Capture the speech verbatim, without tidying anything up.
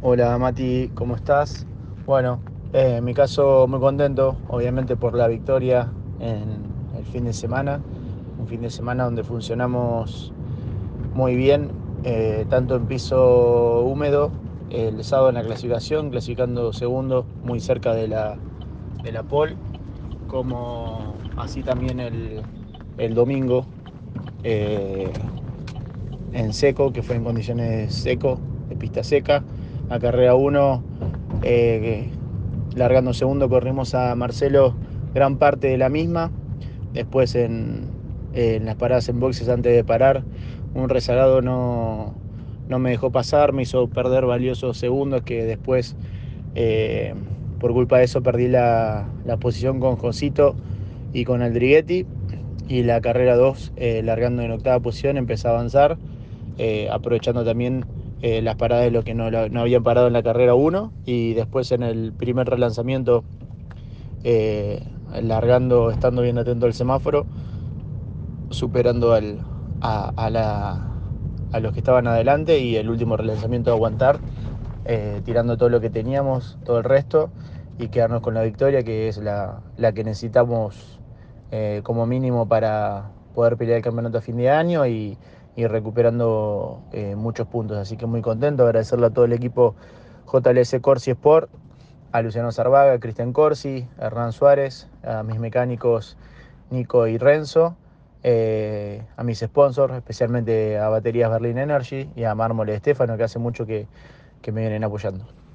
Hola Mati, ¿cómo estás? Bueno, eh, en mi caso muy contento, obviamente por la victoria en el fin de semana, un fin de semana donde funcionamos muy bien, eh, tanto en piso húmedo, el sábado en la clasificación, clasificando segundo, muy cerca de la, de la pole, como así también el, el domingo eh, en seco, que fue en condiciones seco, de pista seca, a carrera uno. Eh, largando segundo corrimos a Marcelo gran parte de la misma. Después en, en las paradas en boxes antes de parar, un rezagado no, no me dejó pasar, me hizo perder valiosos segundos que después, eh, por culpa de eso, perdí la, la posición con Josito y con Aldriguetti. Y la carrera dos, eh, largando en octava posición, empecé a avanzar, eh, aprovechando también eh, las paradas de lo que no, no habían parado en la carrera uno. Y después en el primer relanzamiento, eh, largando, estando bien atento al semáforo, superando al, a, a, la, a los que estaban adelante, y el último relanzamiento aguantar, eh, tirando todo lo que teníamos, todo el resto, y quedarnos con la victoria, que es la, la que necesitamos, eh, como mínimo para poder pelear el campeonato a fin de año y, y recuperando eh, muchos puntos. Así que muy contento, agradecerle a todo el equipo J L S Corsi Sport, a Luciano Zarbaga, a Cristian Corsi, a Hernán Suárez, a mis mecánicos Nico y Renzo, eh, a mis sponsors, especialmente a Baterías Berlin Energy y a Mármol Estefano, que hace mucho que, que me vienen apoyando.